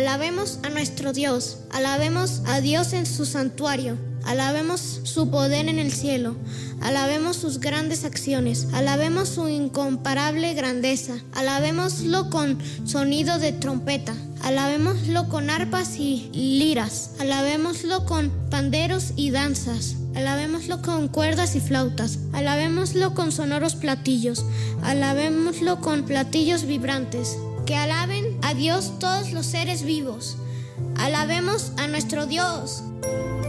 Alabemos a nuestro Dios, alabemos a Dios en su santuario, alabemos su poder en el cielo, alabemos sus grandes acciones, alabemos su incomparable grandeza, alabémoslo con sonido de trompeta, alabémoslo con arpas y liras, alabémoslo con panderos y danzas, alabémoslo con cuerdas y flautas, alabémoslo con sonoros platillos, alabémoslo con platillos vibrantes. Que alaben a Dios todos los seres vivos. Alabemos a nuestro Dios.